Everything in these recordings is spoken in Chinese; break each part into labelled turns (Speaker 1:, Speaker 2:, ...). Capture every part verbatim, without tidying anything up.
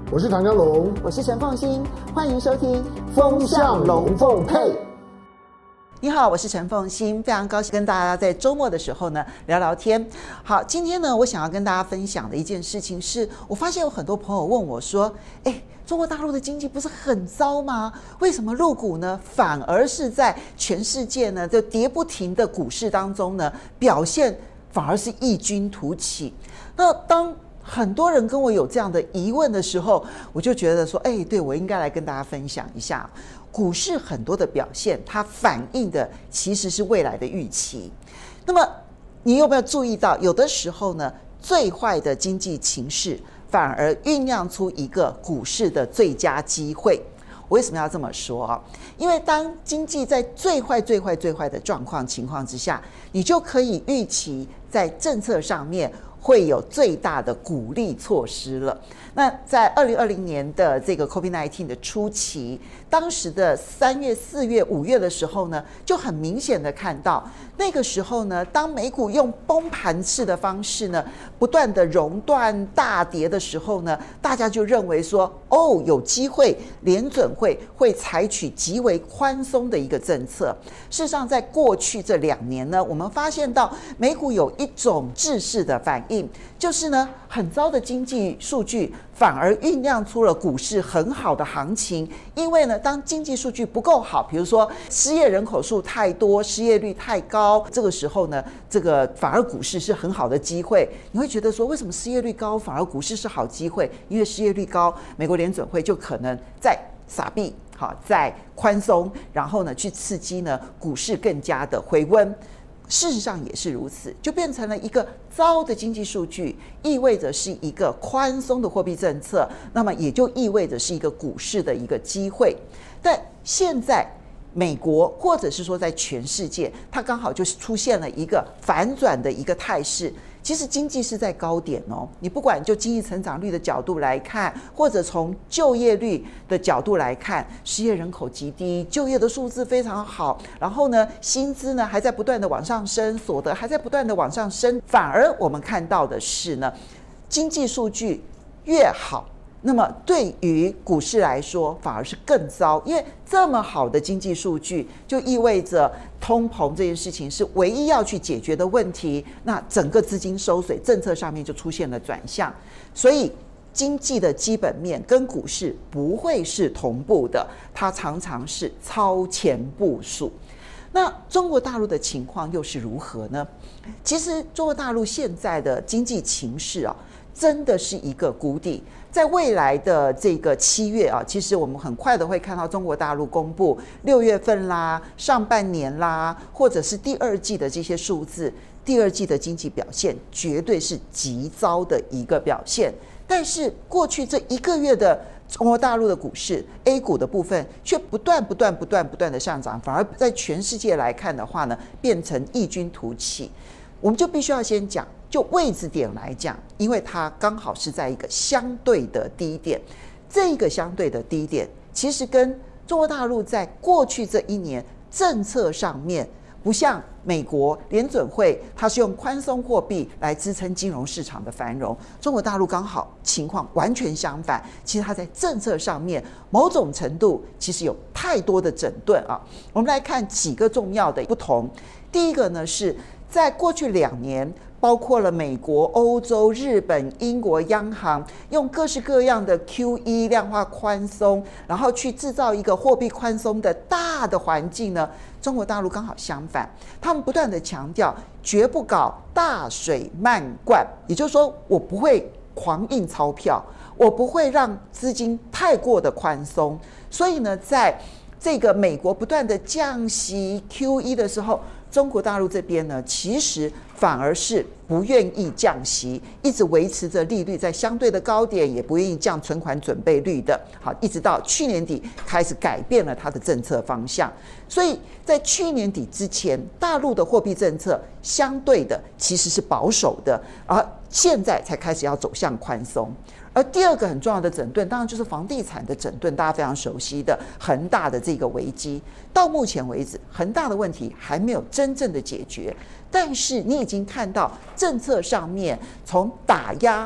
Speaker 1: 我是唐江龙，
Speaker 2: 我是陈凤馨，欢迎收听
Speaker 1: 《风向龙凤配》。
Speaker 2: 你好，我是陈凤馨，非常高兴跟大家在周末的时候呢聊聊天。好，今天呢，我想要跟大家分享的一件事情是，我发现有很多朋友问我说：“哎，中国大陆的经济不是很糟吗？为什么陆股呢反而是在全世界呢就跌不停的股市当中呢表现反而是异军突起？”那当很多人跟我有这样的疑问的时候，我就觉得说，哎，对，我应该来跟大家分享一下，股市很多的表现，它反映的其实是未来的预期。那么，你有没有注意到，有的时候呢，最坏的经济情势反而酝酿出一个股市的最佳机会？我为什么要这么说啊？因为当经济在最坏、最坏、最坏的状况情况之下，你就可以预期在政策上面会有最大的鼓励措施了。那在二零二零年的这个 COVID 十九 的初期，当时的三月、四月、五月的时候呢，就很明显的看到，那个时候呢，当美股用崩盘式的方式呢，不断的熔断大跌的时候呢，大家就认为说，哦，有机会联准会会采取极为宽松的一个政策。事实上，在过去这两年呢，我们发现到美股有一种制式的反应，就是呢，很糟的经济数据反而酝酿出了股市很好的行情。因为呢，当经济数据不够好，比如说失业人口数太多，失业率太高，这个时候呢，这个反而股市是很好的机会。你会觉得说，为什么失业率高反而股市是好机会？因为失业率高，美国联准会就可能在撒币，好，在宽松，然后呢，去刺激呢股市更加的回温。事实上也是如此，就变成了一个糟的经济数据，意味着是一个宽松的货币政策，那么也就意味着是一个股市的一个机会。但现在美国或者是说在全世界，它刚好就是出现了一个反转的一个态势。其实经济是在高点哦，你不管就经济成长率的角度来看，或者从就业率的角度来看，失业人口极低，就业的数字非常好，然后呢，薪资呢还在不断的往上升，所得还在不断的往上升，反而我们看到的是呢，经济数据越好，那么对于股市来说反而是更糟，因为这么好的经济数据就意味着通膨这件事情是唯一要去解决的问题，那整个资金收水政策上面就出现了转向，所以经济的基本面跟股市不会是同步的，它常常是超前部署。那中国大陆的情况又是如何呢？其实中国大陆现在的经济情势啊，真的是一个谷底。在未来的这个七月啊，其实我们很快的会看到中国大陆公布六月份啦、上半年啦，或者是第二季的这些数字。第二季的经济表现绝对是极糟的一个表现，但是过去这一个月的中国大陆的股市 A 股的部分却不断不断不断不断的上涨，反而在全世界来看的话呢，变成异军突起。我们就必须要先讲，就位置点来讲，因为它刚好是在一个相对的低点，这个相对的低点其实跟中国大陆在过去这一年政策上面，不像美国联准会，它是用宽松货币来支撑金融市场的繁荣，中国大陆刚好情况完全相反，其实它在政策上面某种程度其实有太多的整顿啊。我们来看几个重要的不同。第一个呢，是在过去两年，包括了美国、欧洲、日本、英国央行用各式各样的 Q E 量化宽松，然后去制造一个货币宽松的大的环境呢，中国大陆刚好相反，他们不断的强调绝不搞大水漫灌，也就是说我不会狂印钞票，我不会让资金太过的宽松。所以呢，在这个美国不断的降息 Q E 的时候，中国大陆这边呢，其实反而是不愿意降息，一直维持着利率在相对的高点，也不愿意降存款准备率的。好，一直到去年底开始改变了它的政策方向。所以在去年底之前，大陆的货币政策相对的其实是保守的，而现在才开始要走向宽松。而第二个很重要的整顿，当然就是房地产的整顿，大家非常熟悉的恒大的这个危机。到目前为止，恒大的问题还没有真正的解决，但是你已经看到政策上面从打压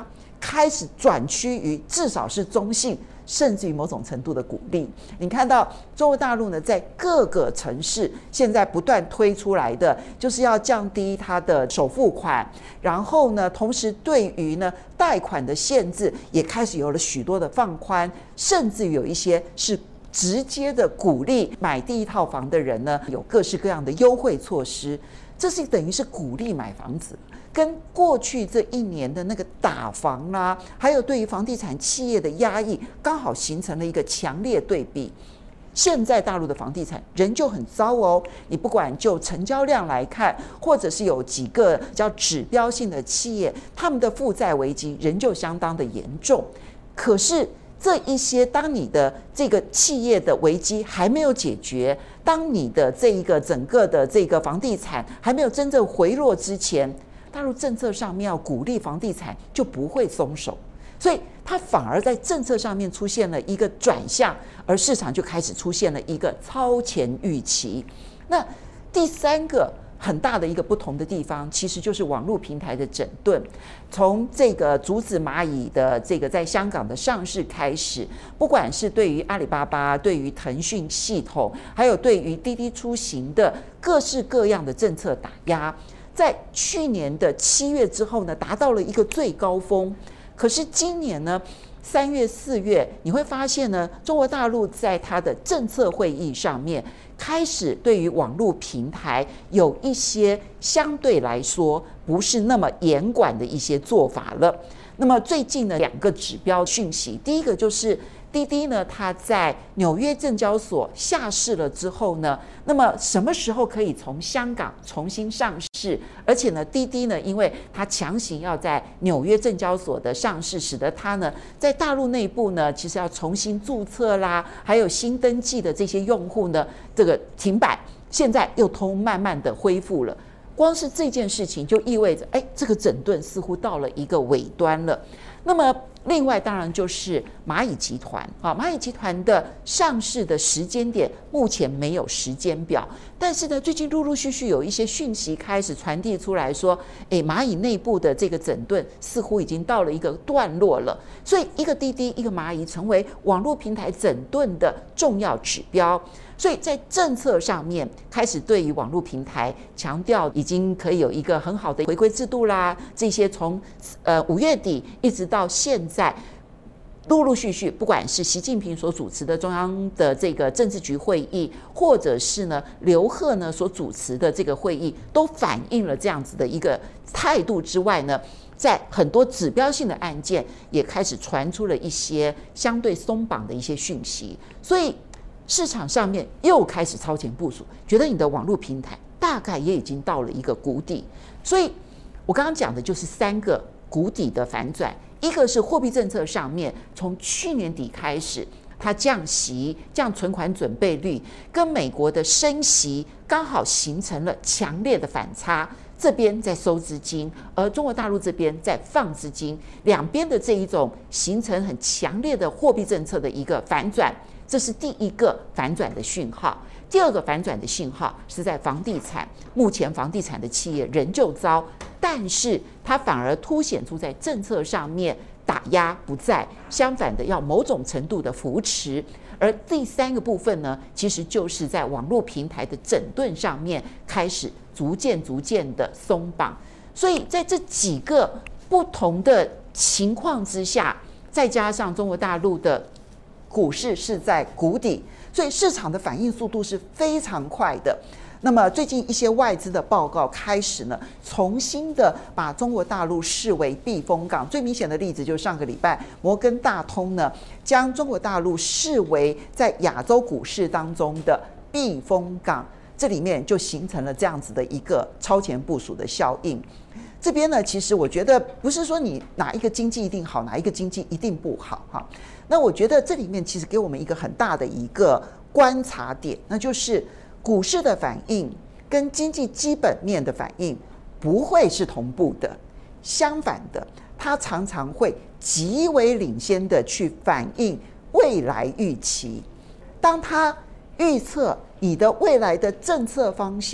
Speaker 2: 开始转趋于至少是中性，甚至于某种程度的鼓励。你看到中国大陆呢，在各个城市现在不断推出来的，就是要降低它的首付款，然后呢，同时对于呢贷款的限制也开始有了许多的放宽，甚至于有一些是直接的鼓励买第一套房的人呢，有各式各样的优惠措施。这是等于是鼓励买房子，跟过去这一年的那个打房啦、啊，还有对于房地产企业的压抑，刚好形成了一个强烈对比。现在大陆的房地产仍旧很糟哦，你不管就成交量来看，或者是有几个比较指标性的企业，他们的负债危机仍旧相当的严重。可是这一些，当你的这个企业的危机还没有解决，当你的这一个整个的这个房地产还没有真正回落之前，大陆政策上面要鼓励房地产就不会松手，所以它反而在政策上面出现了一个转向，而市场就开始出现了一个超前预期。那第三个很大的一个不同的地方，其实就是网络平台的整顿。从这个阻止蚂蚁的这个在香港的上市开始，不管是对于阿里巴巴、对于腾讯系统，还有对于滴滴出行的各式各样的政策打压，在去年的七月之后呢，达到了一个最高峰。可是今年呢，三月、四月，你会发现呢，中国大陆在它的政策会议上面，开始对于网络平台有一些相对来说不是那么严管的一些做法了。那么最近呢，两个指标讯息，第一个就是滴滴呢，它在纽约证交所下市了之后呢，那么什么时候可以从香港重新上市？而且呢，滴滴呢，因为它强行要在纽约证交所的上市，使得它呢在大陆内部呢，其实要重新注册啦，还有新登记的这些用户呢，这个停摆，现在又通慢慢的恢复了。光是这件事情就意味着，哎，这个整顿似乎到了一个尾端了。那么另外当然就是蚂蚁集团啊，蚂蚁集团的上市的时间点目前没有时间表，但是呢，最近陆陆续续有一些讯息开始传递出来说，哎，蚂蚁内部的这个整顿似乎已经到了一个段落了，所以一个滴滴，一个蚂蚁成为网络平台整顿的重要指标。所以在政策上面开始对于网络平台强调，已经可以有一个很好的回归制度啦。这些从呃五月底一直到现在，陆陆续续，不管是习近平所主持的中央的这个政治局会议，或者是呢刘鹤呢所主持的这个会议，都反映了这样子的一个态度之外呢，在很多指标性的案件也开始传出了一些相对松绑的一些讯息，所以市场上面又开始超前部署，觉得你的网络平台大概也已经到了一个谷底。所以我刚刚讲的就是三个谷底的反转，一个是货币政策上面，从去年底开始它降息、降存款准备率，跟美国的升息刚好形成了强烈的反差。这边在收资金，而中国大陆这边在放资金，两边的这一种形成很强烈的货币政策的一个反转。这是第一个反转的讯号。第二个反转的讯号是在房地产，目前房地产的企业仍旧糟，但是它反而凸显出在政策上面打压不在，相反的要某种程度的扶持。而第三个部分呢，其实就是在网络平台的整顿上面开始逐渐逐渐的松绑。所以在这几个不同的情况之下，再加上中国大陆的股市是在谷底，所以市场的反应速度是非常快的。那么最近一些外资的报告开始呢，重新的把中国大陆视为避风港。最明显的例子就是上个礼拜，摩根大通呢将中国大陆视为在亚洲股市当中的避风港，这里面就形成了这样子的一个超前部署的效应。这边呢，其实我觉得不是说你哪一个经济一定好，哪一个经济一定不好哈。那我觉得这里面其实给我们一个很大的一个观察点，那就是股市的反应跟经济基本面的反应不会是同步的，相反的，它常常会极为领先的去反映未来预期。当它预测你的未来的政策方向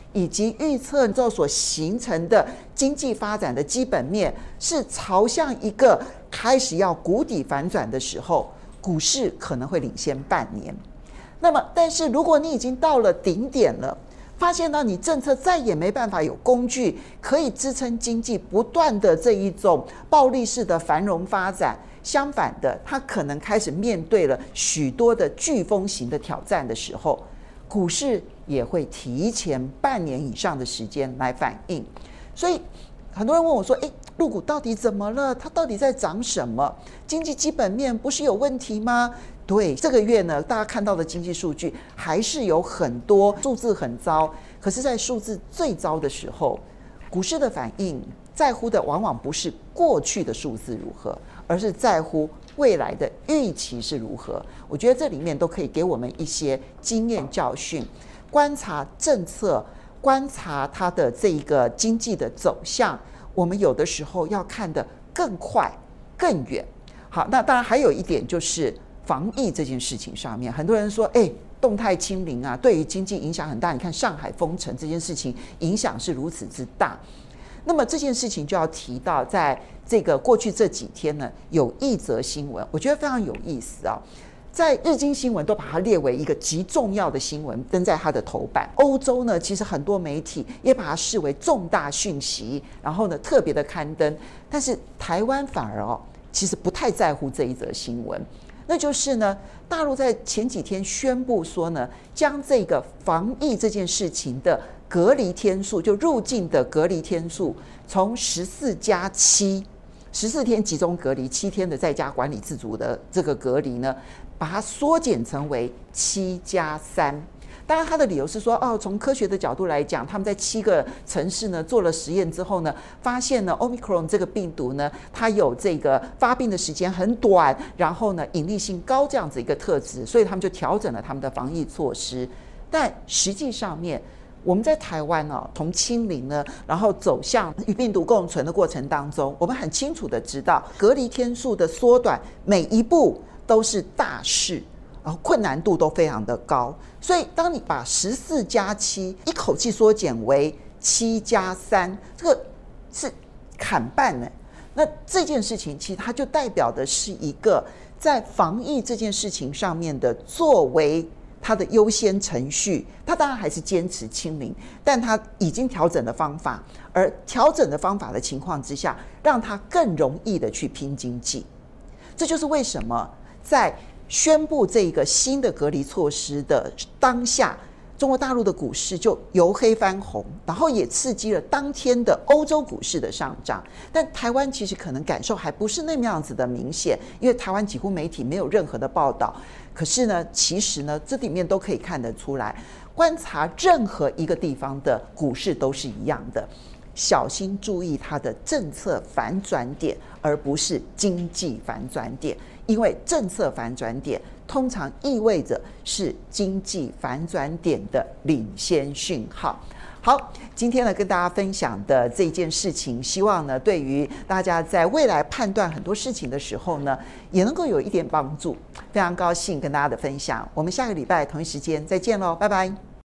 Speaker 2: 以及预测之后所形成的经济发展的基本面是朝向一个开始要谷底反转的时候，股市可能会领先半年。那么但是如果你已经到了顶点了，发现到你政策再也没办法有工具可以支撑经济不断的这一种暴力式的繁荣发展，相反的它可能开始面对了许多的飓风型的挑战的时候，股市也会提前半年以上的时间来反应。所以很多人问我说，诶，陆股到底怎么了？它到底在涨什么？经济基本面不是有问题吗？对，这个月呢，大家看到的经济数据还是有很多数字很糟，可是在数字最糟的时候，股市的反应在乎的往往不是过去的数字如何，而是在乎未来的预期是如何。我觉得这里面都可以给我们一些经验教训，观察政策，观察它的这一个经济的走向，我们有的时候要看得更快更远。好，那当然还有一点就是防疫这件事情上面，很多人说，哎，动态清零啊，对于经济影响很大。你看上海封城这件事情影响是如此之大。那么这件事情就要提到，在这个过去这几天呢，有一则新闻，我觉得非常有意思啊。在日经新闻都把它列为一个极重要的新闻，登在它的头版。欧洲呢，其实很多媒体也把它视为重大讯息，然后呢特别的刊登。但是台湾反而哦，其实不太在乎这一则新闻。那就是呢，大陆在前几天宣布说呢，将这个防疫这件事情的隔离天数，就入境的隔离天数，从十四加七，十四天集中隔离，七天的在家管理自主的这个隔离呢，把它缩减成为七加三。当然，他的理由是说，哦，从科学的角度来讲，他们在七个城市呢做了实验之后呢，发现呢 Omicron 这个病毒呢，它有这个发病的时间很短，然后呢隐匿性高这样子一个特质，所以他们就调整了他们的防疫措施。但实际上面，我们在台湾哦，从清零呢，然后走向与病毒共存的过程当中，我们很清楚的知道，隔离天数的缩短，每一步都是大事。然后困难度都非常的高，所以当你把十四加七一口气缩减为七加三，这个是砍半呢。那这件事情其实它就代表的是一个在防疫这件事情上面的作为它的优先程序，它当然还是坚持清零，但它已经调整了方法，而调整的方法的情况之下，让它更容易的去拼经济。这就是为什么在宣布这个新的隔离措施的当下，中国大陆的股市就由黑翻红，然后也刺激了当天的欧洲股市的上涨。但台湾其实可能感受还不是那么样子的明显，因为台湾几乎媒体没有任何的报道。可是呢，其实呢，这里面都可以看得出来，观察任何一个地方的股市都是一样的，小心注意它的政策反转点，而不是经济反转点。因为政策反转点通常意味着是经济反转点的领先讯号。好，今天呢跟大家分享的这件事情，希望呢对于大家在未来判断很多事情的时候呢，也能够有一点帮助。非常高兴跟大家的分享，我们下个礼拜同一时间再见喽，拜拜。